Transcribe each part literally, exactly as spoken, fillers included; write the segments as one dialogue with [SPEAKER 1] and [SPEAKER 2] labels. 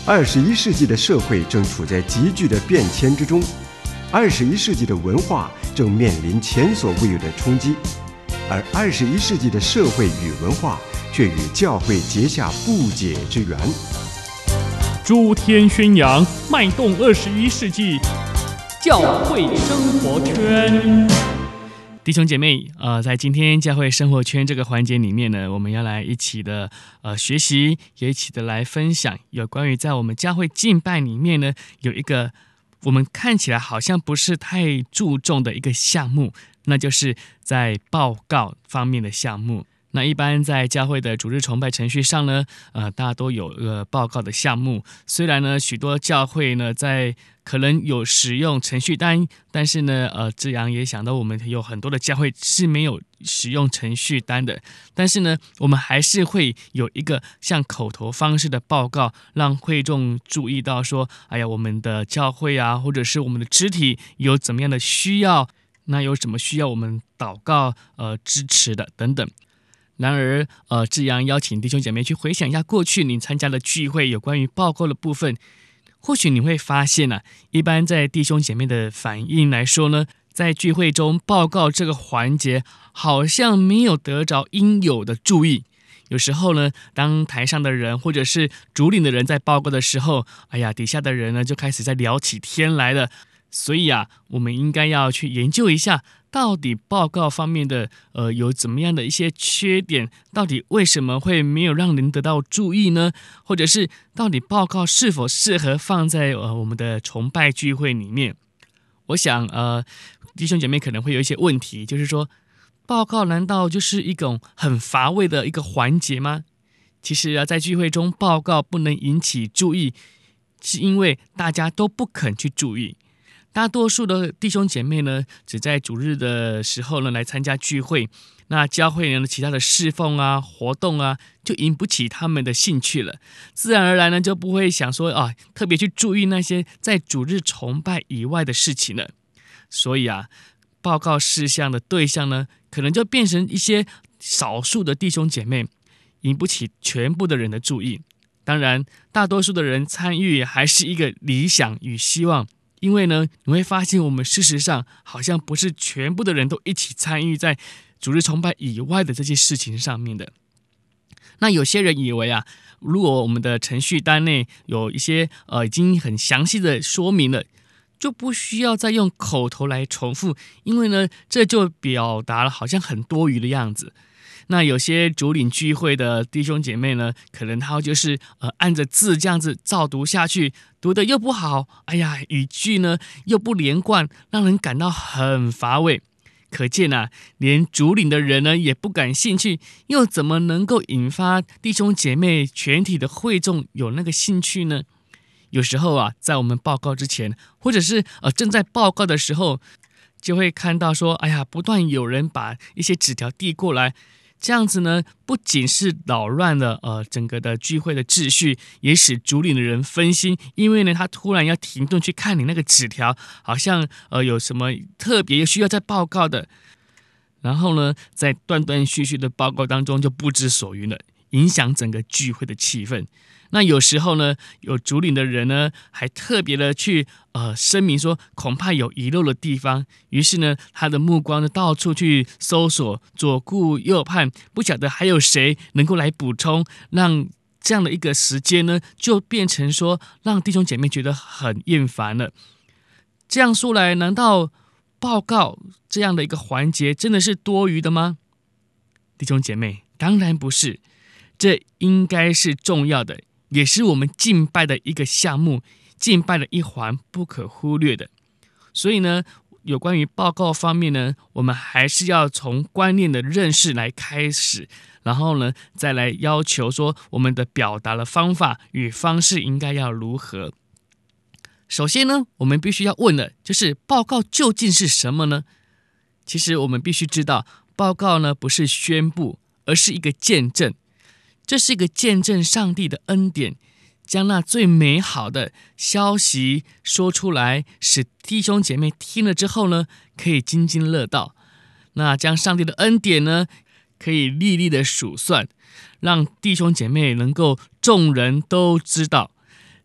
[SPEAKER 1] 二十一世纪的社会正处在急剧的变迁之中，二十一世纪的文化正面临前所未有的冲击，而二十一世纪的社会与文化却与教会结下不解之缘。
[SPEAKER 2] 诸天宣扬，脉动二十一世纪教会生活圈。弟兄姐妹，呃，在今天教会生活圈这个环节里面呢，我们要来一起的呃学习，也一起的来分享有关于在我们教会敬拜里面呢，有一个我们看起来好像不是太注重的一个项目，那就是在报告方面的项目。那一般在教会的主日崇拜程序上呢，呃，大家都有个报告的项目。虽然呢，许多教会呢在可能有使用程序单，但是呢，呃，志阳也想到我们有很多的教会是没有使用程序单的。但是呢，我们还是会有一个像口头方式的报告，让会众注意到说，哎呀，我们的教会啊，或者是我们的肢体有怎么样的需要，那有什么需要我们祷告呃支持的等等。然而，呃，志阳邀请弟兄姐妹去回想一下过去你参加的聚会有关于报告的部分，或许你会发现啊，一般在弟兄姐妹的反应来说呢，在聚会中报告这个环节好像没有得着应有的注意。有时候呢，当台上的人或者是主领的人在报告的时候，哎呀，底下的人呢就开始在聊起天来了。所以啊，我们应该要去研究一下，到底报告方面的呃有怎么样的一些缺点，到底为什么会没有让人得到注意呢？或者是到底报告是否适合放在呃我们的崇拜聚会里面？我想呃弟兄姐妹可能会有一些问题，就是说报告难道就是一种很乏味的一个环节吗？其实啊，在聚会中报告不能引起注意，是因为大家都不肯去注意。大多数的弟兄姐妹呢，只在主日的时候呢来参加聚会，那教会呢其他的侍奉啊、活动啊，就引不起他们的兴趣了，自然而然呢就不会想说啊，特别去注意那些在主日崇拜以外的事情了。所以啊，报告事项的对象呢，可能就变成一些少数的弟兄姐妹，引不起全部的人的注意。当然，大多数的人参与还是一个理想与希望。因为呢，你会发现我们事实上好像不是全部的人都一起参与在主日崇拜以外的这些事情上面的。那有些人以为啊，如果我们的程序单内有一些呃已经很详细的说明了，就不需要再用口头来重复，因为呢，这就表达了好像很多余的样子。那有些主领聚会的弟兄姐妹呢，可能他就是呃按着字这样子照读下去，读的又不好，哎呀，语句呢又不连贯，让人感到很乏味。可见啊，连主领的人呢也不感兴趣，又怎么能够引发弟兄姐妹全体的会众有那个兴趣呢？有时候啊，在我们报告之前，或者是呃正在报告的时候，就会看到说，哎呀，不断有人把一些纸条递过来。这样子呢，不仅是扰乱了呃整个的聚会的秩序，也使主领的人分心，因为呢，他突然要停顿去看你那个纸条，好像呃有什么特别需要再报告的，然后呢，在断断续续的报告当中就不知所云了，影响整个聚会的气氛。那有时候呢，有主领的人呢，还特别的去呃声明说，恐怕有遗漏的地方。于是呢，他的目光呢到处去搜索，左顾右盼，不晓得还有谁能够来补充，让这样的一个时间呢，就变成说，让弟兄姐妹觉得很厌烦了。这样说来，难道报告这样的一个环节真的是多余的吗？弟兄姐妹，当然不是，这应该是重要的。也是我们敬拜的一个项目，敬拜的一环不可忽略的。所以呢，有关于报告方面呢，我们还是要从观念的认识来开始，然后呢，再来要求说我们的表达的方法与方式应该要如何。首先呢，我们必须要问的就是报告究竟是什么呢？其实我们必须知道，报告呢不是宣布，而是一个见证。这是一个见证上帝的恩典，将那最美好的消息说出来，使弟兄姐妹听了之后呢，可以津津乐道。那将上帝的恩典呢，可以历历的数算，让弟兄姐妹能够众人都知道。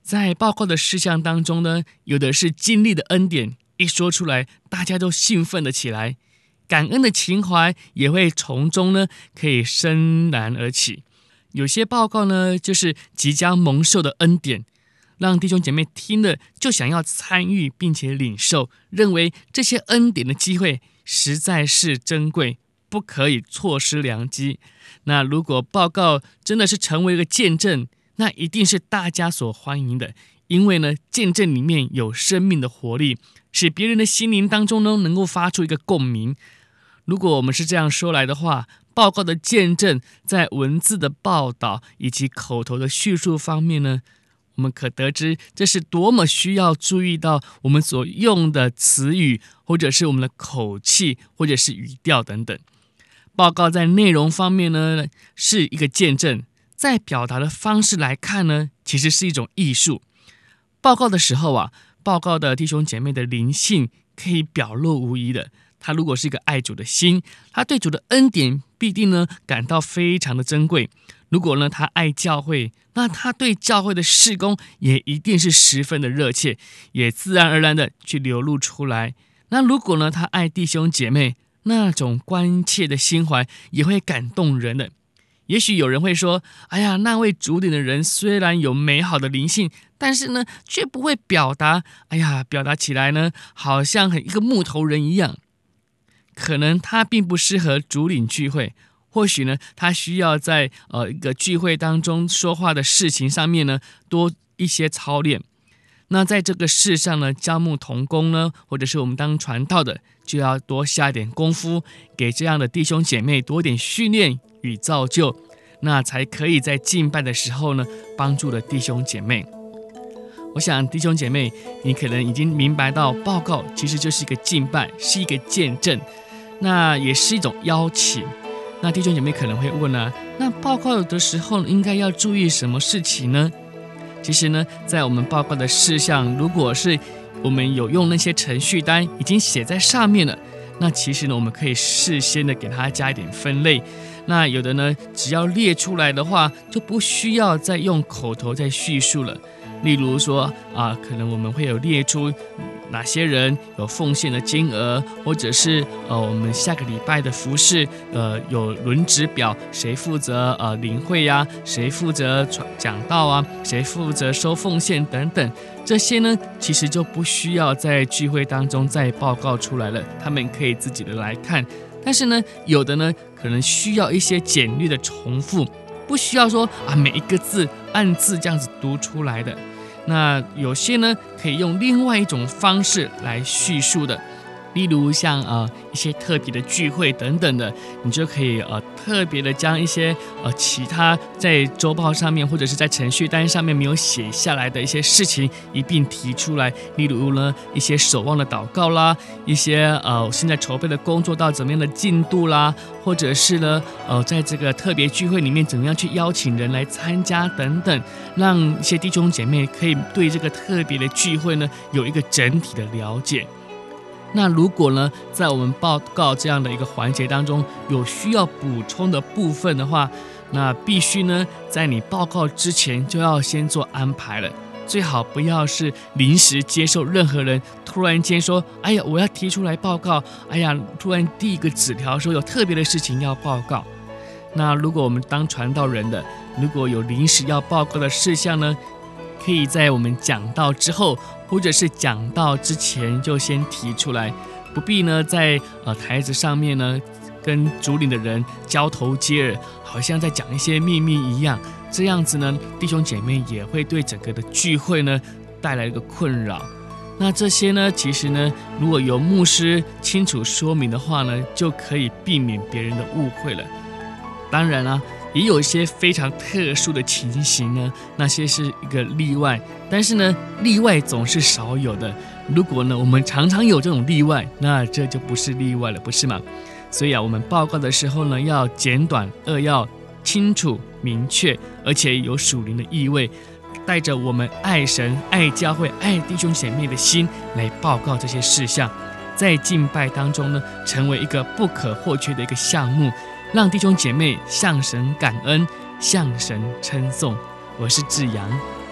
[SPEAKER 2] 在报告的事项当中呢，有的是经历的恩典，一说出来，大家都兴奋了起来，感恩的情怀也会从中呢可以生燃而起。有些报告呢，就是即将蒙受的恩典，让弟兄姐妹听了就想要参与并且领受，认为这些恩典的机会实在是珍贵，不可以错失良机。那如果报告真的是成为一个见证，那一定是大家所欢迎的，因为呢，见证里面有生命的活力，使别人的心灵当中呢能够发出一个共鸣。如果我们是这样说来的话，报告的见证在文字的报道以及口头的叙述方面呢，我们可得知这是多么需要注意到我们所用的词语，或者是我们的口气，或者是语调等等。报告在内容方面呢，是一个见证，在表达的方式来看呢，其实是一种艺术。报告的时候啊，报告的弟兄姐妹的灵性可以表露无遗的。他如果是一个爱主的心，他对主的恩典必定呢感到非常的珍贵。如果呢他爱教会，那他对教会的事工也一定是十分的热切，也自然而然的去流露出来。那如果呢他爱弟兄姐妹，那种关切的心怀也会感动人的。也许有人会说，哎呀，那位主领的人虽然有美好的灵性，但是呢却不会表达，哎呀，表达起来呢好像很一个木头人一样。可能他并不适合主领聚会，或许呢他需要在呃一个聚会当中说话的事情上面呢多一些操练。那在这个事上呢，教牧同工呢，或者是我们当传道的，就要多下点功夫，给这样的弟兄姐妹多点训练与造就，那才可以在敬拜的时候呢帮助了弟兄姐妹。我想弟兄姐妹，你可能已经明白到，报告其实就是一个敬拜，是一个见证，那也是一种邀请。那弟兄姐妹可能会问啊，那报告的时候应该要注意什么事情呢？其实呢，在我们报告的事项，如果是我们有用那些程序单已经写在上面了，那其实呢，我们可以事先的给它加一点分类。那有的呢，只要列出来的话，就不需要再用口头再叙述了。例如说啊，可能我们会有列出哪些人有奉献的金额，或者是呃我们下个礼拜的服事呃有轮值表，谁负责呃领会呀、啊，谁负责讲道啊，谁负责收奉献等等，这些呢其实就不需要在聚会当中再报告出来了，他们可以自己的来看。但是呢，有的呢可能需要一些简略的重复，不需要说啊每一个字按字这样子读出来的。那有些呢可以用另外一种方式来叙述的，例如像呃一些特别的聚会等等的，你就可以呃特别的将一些呃其他在周报上面或者是在程序单上面没有写下来的一些事情一并提出来。例如呢一些守望的祷告啦，一些呃现在筹备的工作到怎么样的进度啦，或者是呢呃在这个特别聚会里面怎么样去邀请人来参加等等，让一些弟兄姐妹可以对这个特别的聚会呢有一个整体的了解。那如果呢，在我们报告这样的一个环节当中有需要补充的部分的话，那必须呢，在你报告之前就要先做安排了。最好不要是临时接受任何人突然间说，哎呀，我要提出来报告，哎呀，突然递一个纸条说有特别的事情要报告。那如果我们当传道人的，如果有临时要报告的事项呢，可以在我们讲道之后，或者是讲道之前就先提出来，不必呢在呃台子上面呢跟主领的人交头接耳，好像在讲一些秘密一样。这样子呢，弟兄姐妹也会对整个的聚会呢带来一个困扰。那这些呢，其实呢，如果由牧师清楚说明的话呢，就可以避免别人的误会了。当然啊，也有一些非常特殊的情形呢，那些是一个例外，但是呢，例外总是少有的。如果呢，我们常常有这种例外，那这就不是例外了，不是吗？所以啊，我们报告的时候呢，要简短扼要、清楚明确，而且有属灵的意味，带着我们爱神、爱教会、爱弟兄姐妹的心来报告这些事项，在敬拜当中呢，成为一个不可或缺的一个项目，让弟兄姐妹向神感恩，向神称颂。我是志阳。